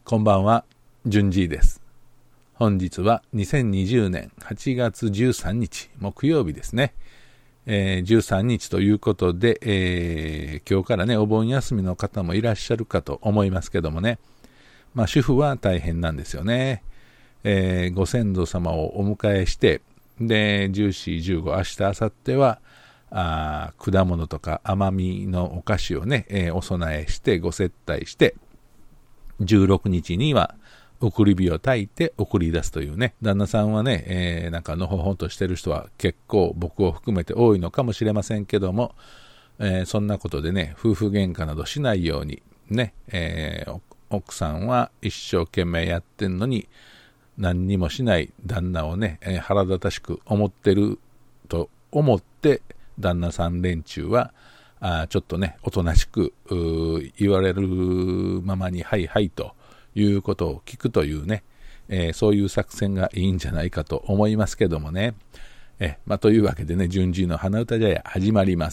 こんばんは、順次です。本日は2020年8月13日木曜日ですね。13日ということで、今日からねお盆休みの方もいらっしゃるかと思いますけどもね、主婦は大変なんですよね。ご先祖様をお迎えして、で14、15、明日、明後日は果物とか甘みのお菓子をね、お供えしてご接待して、16日には送り火を焚いて送り出すというね、旦那さんはね、なんかのほほんとしてる人は結構僕を含めて多いのかもしれませんけども、そんなことでね、夫婦喧嘩などしないようにね、奥さんは一生懸命やってんのに何にもしない旦那をね、腹立たしく思ってると思って、旦那さん連中はちょっとねおとなしく言われるままにはいはいということを聞くというね、そういう作戦がいいんじゃないかと思いますけどもね。というわけでね、順次の花歌茶屋始まります。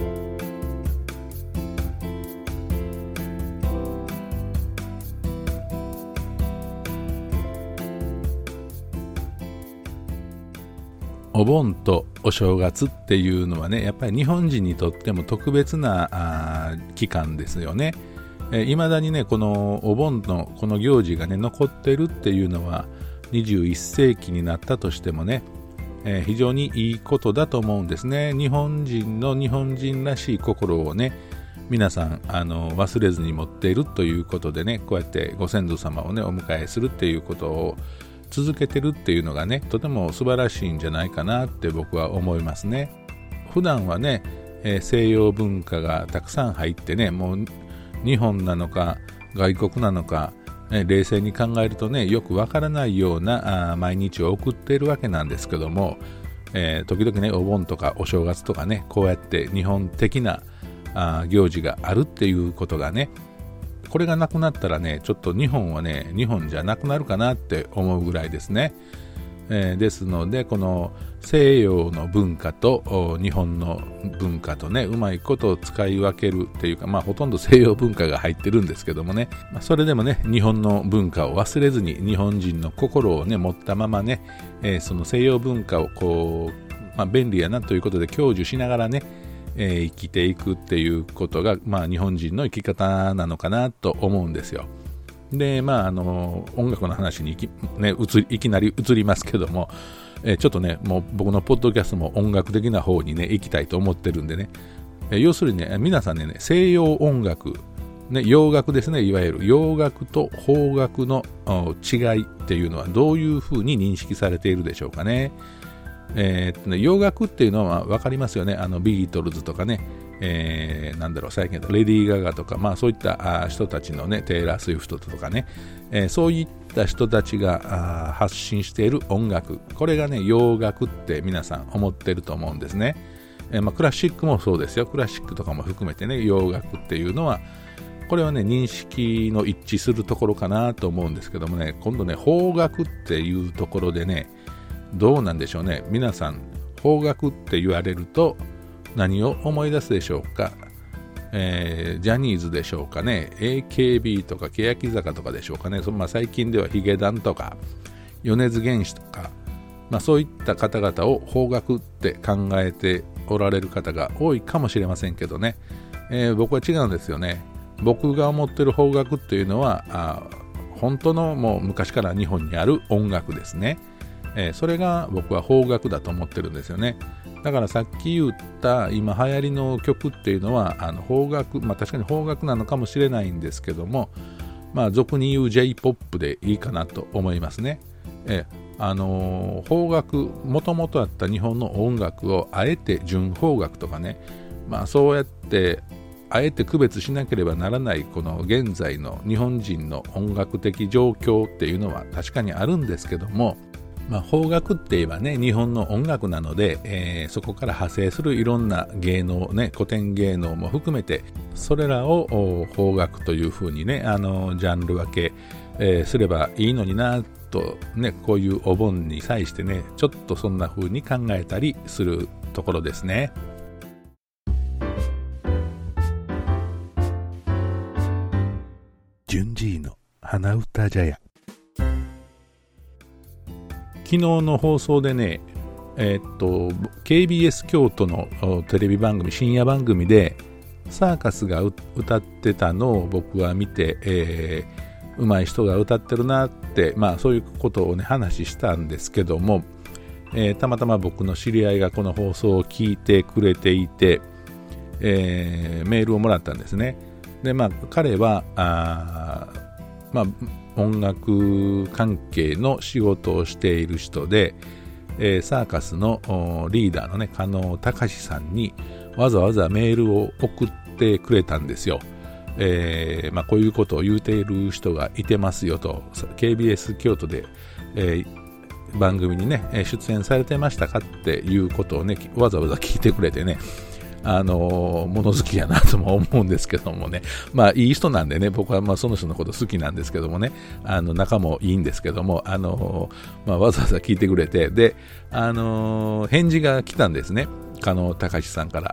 お盆とお正月っていうのはね、やっぱり日本人にとっても特別な期間ですよね。いまだにねこのお盆のこの行事がね残ってるっていうのは21世紀になったとしてもね、非常にいいことだと思うんですね。日本人の日本人らしい心をね皆さん忘れずに持っているということでね、こうやってご先祖様をねお迎えするっていうことを続けてるっていうのがね、とても素晴らしいんじゃないかなって僕は思いますね。普段はね、西洋文化がたくさん入ってね、もう日本なのか外国なのか、冷静に考えるとねよくわからないような毎日を送っているわけなんですけども、時々ねお盆とかお正月とかね、こうやって日本的な行事があるっていうことがね、これがなくなったらね、ちょっと日本はね日本じゃなくなるかなって思うぐらいですね。ですのでこの西洋の文化と日本の文化とねうまいことを使い分けるっていうか、ほとんど西洋文化が入ってるんですけどもね、それでもね日本の文化を忘れずに日本人の心をね持ったままね、その西洋文化をこう、便利やなということで享受しながらね、生きていくっていうことが、日本人の生き方なのかなと思うんですよ。で音楽の話にいきなり移りますけども、ちょっとねもう僕のポッドキャストも音楽的な方にね行きたいと思ってるんでね、要するにね皆さんね西洋音楽ね、洋楽ですね、いわゆる洋楽と邦楽の違いっていうのはどういうふうに認識されているでしょうかね。洋楽っていうのは分かりますよね。ビートルズとかね、最近レディー・ガガとか、そういった人たちのねテイラー・スウィフトとかね、そういった人たちが発信している音楽、これがね洋楽って皆さん思ってると思うんですね。クラシックもそうですよ。クラシックとかも含めてね洋楽っていうのはこれはね認識の一致するところかなと思うんですけどもね、今度ね邦楽っていうところでねどうなんでしょうね。皆さん邦楽って言われると何を思い出すでしょうか。ジャニーズでしょうかね、 AKB とか欅坂とかでしょうかね。最近ではヒゲダンとか米津玄師とか、そういった方々を邦楽って考えておられる方が多いかもしれませんけどね、僕は違うんですよね。僕が思ってる邦楽っていうのは本当のもう昔から日本にある音楽ですね。それが僕は邦楽だと思ってるんですよね。だからさっき言った今流行りの曲っていうのは邦楽、確かに邦楽なのかもしれないんですけども、俗に言う J-POP でいいかなと思いますね。邦楽もともとあった日本の音楽をあえて純邦楽とかね、そうやってあえて区別しなければならないこの現在の日本人の音楽的状況っていうのは確かにあるんですけども、邦楽って言えばね日本の音楽なので、そこから派生するいろんな芸能ね、古典芸能も含めてそれらを邦楽というふうにねジャンル分け、すればいいのになとね、こういうお盆に際してねちょっとそんなふうに考えたりするところですね。順次の花歌茶屋。昨日の放送でね、KBS 京都のテレビ番組、深夜番組でサーカスが歌ってたのを僕は見て、上手い人が歌ってるなって、そういうことをね話したんですけども、たまたま僕の知り合いがこの放送を聞いてくれていて、メールをもらったんですね。で彼は音楽関係の仕事をしている人で、サーカスのリーダーのね加納隆さんにわざわざメールを送ってくれたんですよ。こういうことを言うている人がいてますよと、 KBS 京都で、番組にね出演されてましたかっていうことをねわざわざ聞いてくれてね、物好きやなとも思うんですけどもね、いい人なんでね、僕はその人のこと好きなんですけどもね、仲もいいんですけども、わざわざ聞いてくれて、で、返事が来たんですね、加納隆さんから。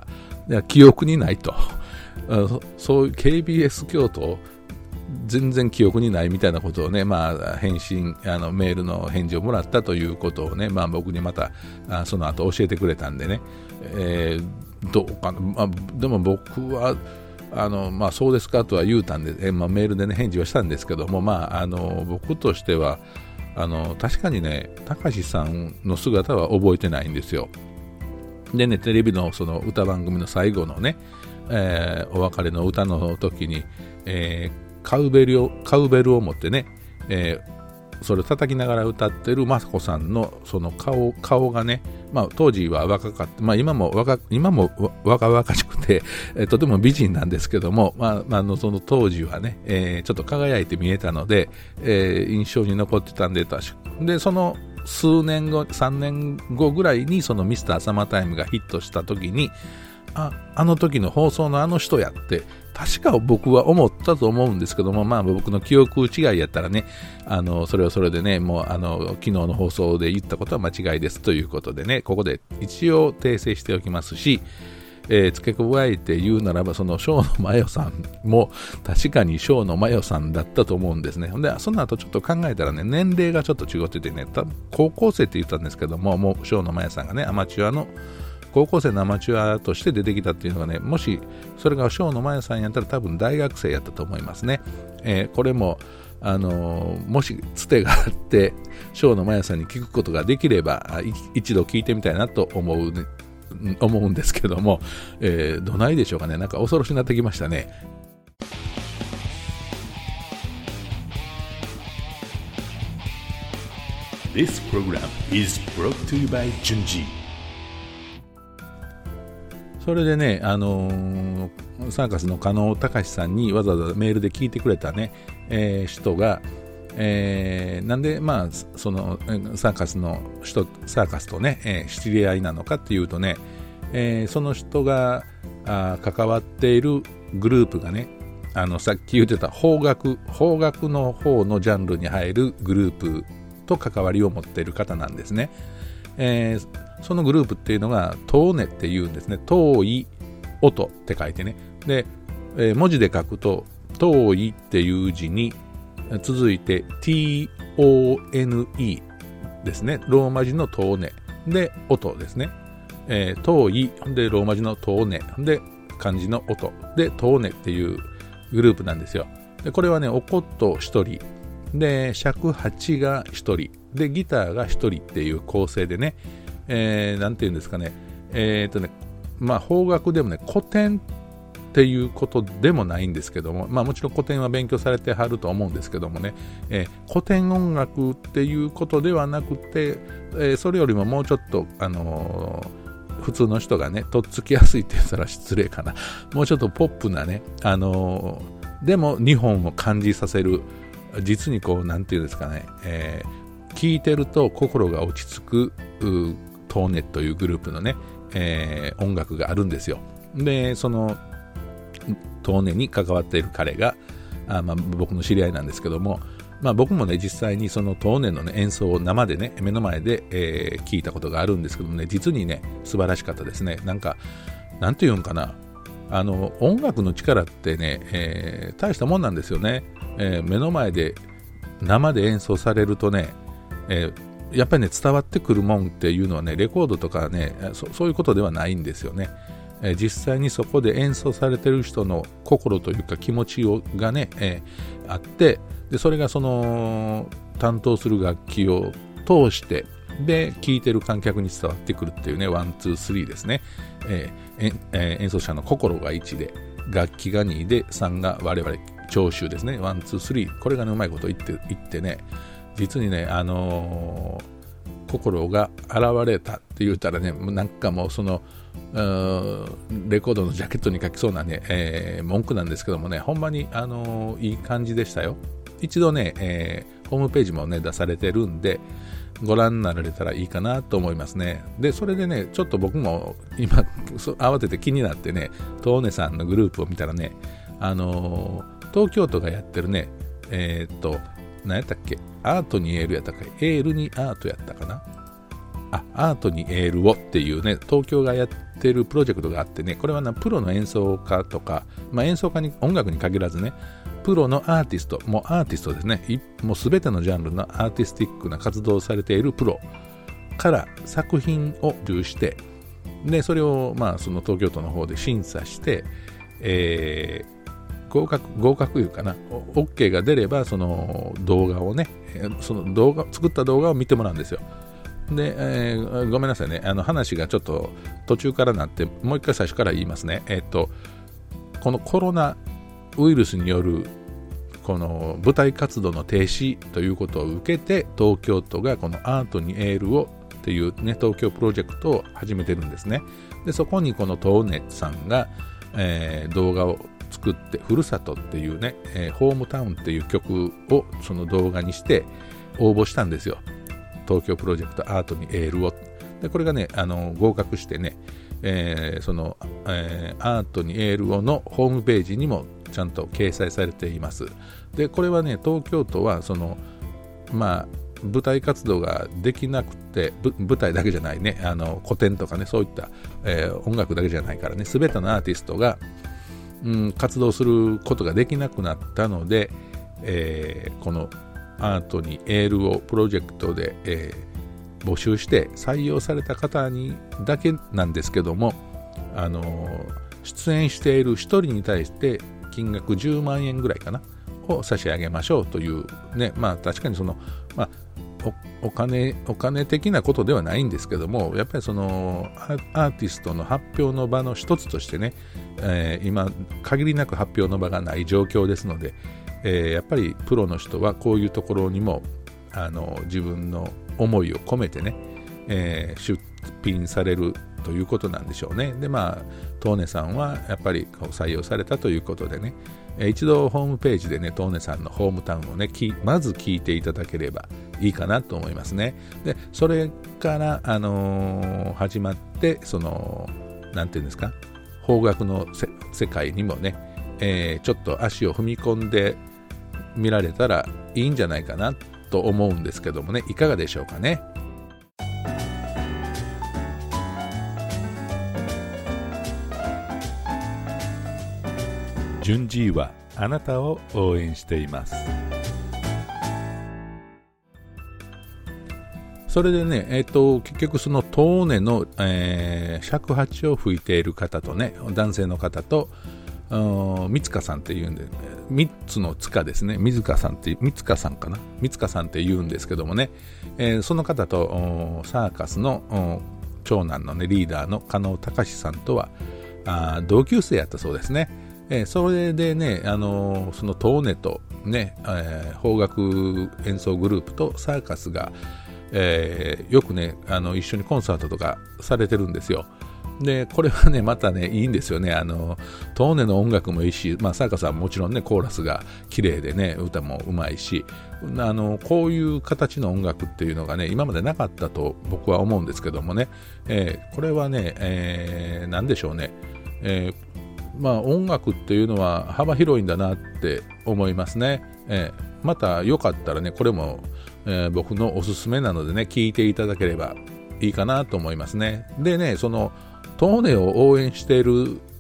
記憶にないと、そういう KBS 京都全然記憶にないみたいなことをね、返信メールの返事をもらったということをね、僕にまたその後教えてくれたんでね、どうかな、でも僕はそうですかとは言うたんで、メールでね返事はしたんですけども、僕としては確かにね隆さんの姿は覚えてないんですよ。でね、テレビのその歌番組の最後のね、お別れの歌の時に、カウベルを持ってね、それを叩きながら歌ってる雅子さんのその顔がね、当時は若かった、今も若々しくて、とても美人なんですけども、その当時はね、ちょっと輝いて見えたので、印象に残ってたんで、でその数年後、3年後ぐらいにそのミスターサマータイムがヒットした時に、あの時の放送のあの人やって確か僕は思ったと思うんですけども、僕の記憶違いやったらね、それはそれでね、もう昨日の放送で言ったことは間違いですということでね、ここで一応訂正しておきますし、付け加えて言うならば、その生野真代さんも確かに生野真代さんだったと思うんですね。でその後ちょっと考えたらね、年齢がちょっと違っててね、高校生って言ったんですけども、もう生野真代さんがね高校生のアマチュアとして出てきたっていうのがね、もしそれが生野真代さんやったら多分大学生やったと思いますね。これももしつてがあって生野真代さんに聞くことができれば一度聞いてみたいなと思うんですけども、どないでしょうかね。なんか恐ろしになってきましたね。This program is brought to you by Junji。それでね、サーカスの加納隆さんにわざわざメールで聞いてくれたね、人が、なんでそのサーカスとね、知り合いなのかっていうとね、その人が関わっているグループがね、さっき言ってた邦楽の方のジャンルに入るグループと関わりを持っている方なんですね。そのグループっていうのが遠音っていうんですね。遠い音って書いてね。で、文字で書くと遠いっていう字に続いて TONE ですね。ローマ字の遠音で音ですね。遠いでローマ字の遠音で漢字の音で遠音っていうグループなんですよ。でこれはね、おこと1人で尺八が1人でギターが1人っていう構成でね、なんていうんですかね、邦楽でもね、古典っていうことでもないんですけども、もちろん古典は勉強されてはると思うんですけどもね、古典音楽っていうことではなくて、それよりももうちょっと普通の人がねとっつきやすいって言ったら失礼かな、もうちょっとポップなね、でも日本を感じさせる、実にこうなんていうんですかね、聴いてると心が落ち着くトーネというグループのね、音楽があるんですよ。でそのトーネに関わっている彼が僕の知り合いなんですけども、僕もね実際にそのトーネの、ね、演奏を生でね目の前で、聞いたことがあるんですけどもね、実にね素晴らしかったですね。なんていうんかな、音楽の力ってね、大したもんなんですよね。 目の前で生で演奏されるとね、やっぱりね伝わってくるもんっていうのはねレコードとかねそういうことではないんですよね。実際にそこで演奏されてる人の心というか気持ちがね、あって、でそれがその担当する楽器を通してで聴いてる観客に伝わってくるっていうね、ワンツースリーですね。演奏者の心が1で楽器が2で3が我々聴衆ですね。ワンツースリー、これがねうまいこと言ってね、実にね心が現れたって言ったらね、なんかもうそのレコードのジャケットに書きそうなね、文句なんですけどもね、ほんまにいい感じでしたよ。一度ね、ホームページもね出されてるんでご覧になられたらいいかなと思いますね。でそれでねちょっと僕も今慌てて気になってね、トーネさんのグループを見たらね、東京都がやってるね何やったっけ、アートにエールやったかい、エールにアートやったかな、アートにエールをっていうね東京がやってるプロジェクトがあってね、これはプロの演奏家とか、演奏家に音楽に限らずね、プロのアーティスト、もうアーティストですね、もうすべてのジャンルのアーティスティックな活動をされているプロから作品を受注して、でそれをその東京都の方で審査して、合格いうかな、 OK が出ればその動画をね、その作った動画を見てもらうんですよ。で、ごめんなさいね、話がちょっと途中からなって、もう一回最初から言いますね。このコロナウイルスによるこの舞台活動の停止ということを受けて、東京都がこのアートにエールをっていうね東京プロジェクトを始めてるんですね。でそこにこのトーネさんが、動画を作って、ふるさとっていうね、ホームタウンっていう曲をその動画にして応募したんですよ。東京プロジェクトアートにエールを。でこれがね合格してね、その、アートにエールをのホームページにもちゃんと掲載されています。でこれはね東京都はその舞台活動ができなくて、舞台だけじゃないね、古典とかねそういった、音楽だけじゃないからね、全てのアーティストが活動することができなくなったので、このアートにエールをプロジェクトで、募集して採用された方にだけなんですけども、出演している1人に対して金額10万円ぐらいかなを差し上げましょうというね、確かにその、お金的なことではないんですけども、やっぱりそのアーティストの発表の場の一つとしてね、今限りなく発表の場がない状況ですので、やっぱりプロの人はこういうところにも自分の思いを込めてね、出品されるということなんでしょうね。でトーネさんはやっぱり採用されたということでね、一度ホームページでねトーネさんのホームタウンをねまず聞いていただければいいかなと思いますね。でそれから、始まってそのなんていうんですか、邦楽の世界にもね、ちょっと足を踏み込んで見られたらいいんじゃないかなと思うんですけどもね、いかがでしょうかね。順次はあなたを応援しています。それでね、結局そのトーネの、尺八を吹いている方とね、男性の方と三塚さんって言うんで、三つの塚ですね、三塚さんって言うんですけどもね、その方とサーカスの長男のねリーダーの加納隆さんとは同級生やったそうですね。それでね、そのトーネとね、邦楽演奏グループとサーカスが、よくね一緒にコンサートとかされてるんですよ。でこれはねまたねいいんですよね。トーネの音楽もいいし、サーカスはもちろんねコーラスが綺麗でね歌もうまいし、こういう形の音楽っていうのがね今までなかったと僕は思うんですけどもね、これはね、なんでしょうね、音楽っていうのは幅広いんだなって思いますね。またよかったらねこれも、僕のおすすめなのでね聞いていただければいいかなと思いますね。でね、そのトーネを応援している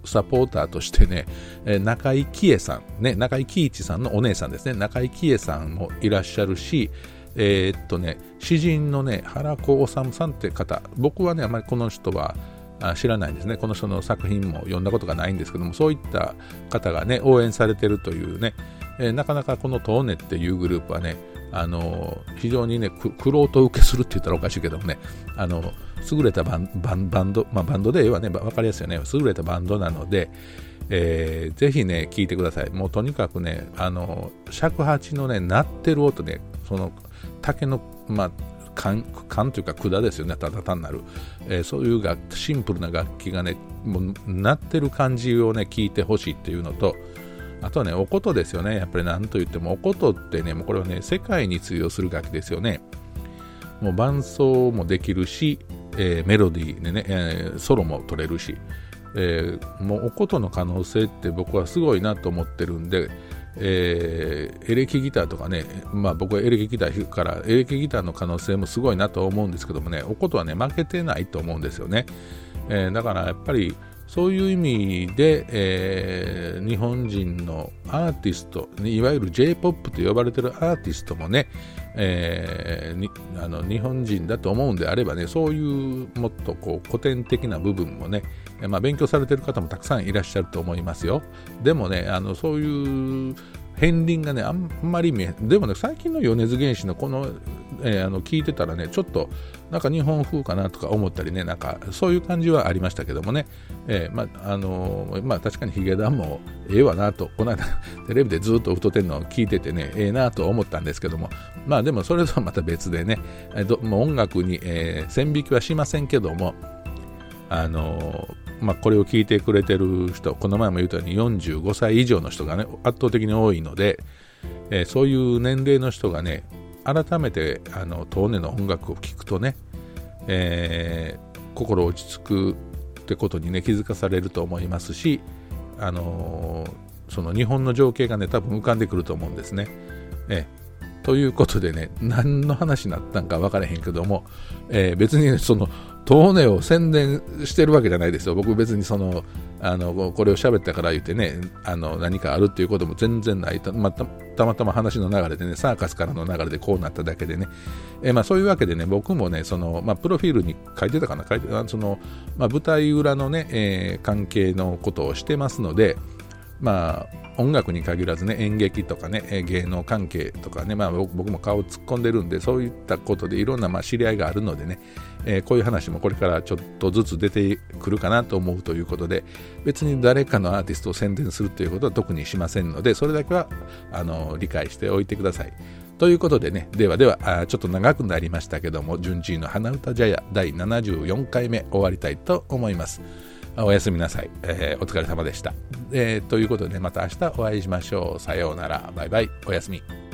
サポーターとしてね、中井貴恵さん、ね、中井貴一さんのお姉さんですね、中井貴恵さんもいらっしゃるし、詩人のね、原子治さんって方、僕はね、あまりこの人は知らないんですね。この人の作品も読んだことがないんですけども、そういった方がね、応援されてるというね、なかなかこのトーネっていうグループはね、非常にね、クロート受けするって言ったらおかしいけどもね、優れたバンド、バンドではね、わかりやすいよね、優れたバンドなので、ぜひね、聞いてください。もうとにかくね、尺八のね、鳴ってる音ね、その竹の、管というか管ですよね、ただ単なる、そういうシンプルな楽器がね、もう鳴ってる感じをね、聞いてほしいっていうのと、あとはね、お琴ですよね。やっぱり何と言ってもお琴ってね、もうこれはね、世界に通用する楽器ですよね。もう伴奏もできるし、メロディーでね、ソロも取れるし、もうお琴の可能性って僕はすごいなと思ってるんで、エレキギターとかね、僕はエレキギター弾くからエレキギターの可能性もすごいなと思うんですけどもね、お琴はね負けてないと思うんですよね。だからやっぱりそういう意味で、日本人のアーティスト、いわゆる J-POP と呼ばれてるアーティストもね、日本人だと思うんであればね、そういうもっとこう古典的な部分もね、勉強されてる方もたくさんいらっしゃると思いますよ。でもね、そういう片鱗がね、あんまり見えでもね、最近の米津玄師のこの、聞いてたらね、ちょっとなんか日本風かなとか思ったりね、なんかそういう感じはありましたけどもね、確かにヒゲダンもええわなと、この間テレビでずっと歌ってんのを聞いててね、ええなと思ったんですけども、でもそれとはまた別でね、もう音楽に、線引きはしませんけども、これを聞いてくれてる人、この前も言ったように45歳以上の人がね、圧倒的に多いので、そういう年齢の人がね、改めてトーネの音楽を聴くとね、心落ち着くってことにね、気づかされると思いますし、その日本の情景がね、多分浮かんでくると思うんですね。ということでね、何の話になったんか分からへんけども、別に、ね、そのトーネを宣伝してるわけじゃないですよ。僕別にこれを喋ったから言ってね、何かあるっていうことも全然ない。たまたま話の流れでね、サーカスからの流れでこうなっただけでね、そういうわけでね、僕もね、プロフィールに書いてたかな、舞台裏のね、関係のことをしてますので、音楽に限らずね、演劇とかね、芸能関係とかね、僕も顔突っ込んでるんで、そういったことでいろんな知り合いがあるのでね、こういう話もこれからちょっとずつ出てくるかなと思うということで、別に誰かのアーティストを宣伝するということは特にしませんので、それだけは理解しておいてください。ということでね、ではちょっと長くなりましたけども、順次の花歌茶屋第74回目終わりたいと思います。おやすみなさい、お疲れ様でした、ということで、また明日お会いしましょう。さようなら、バイバイ、おやすみ。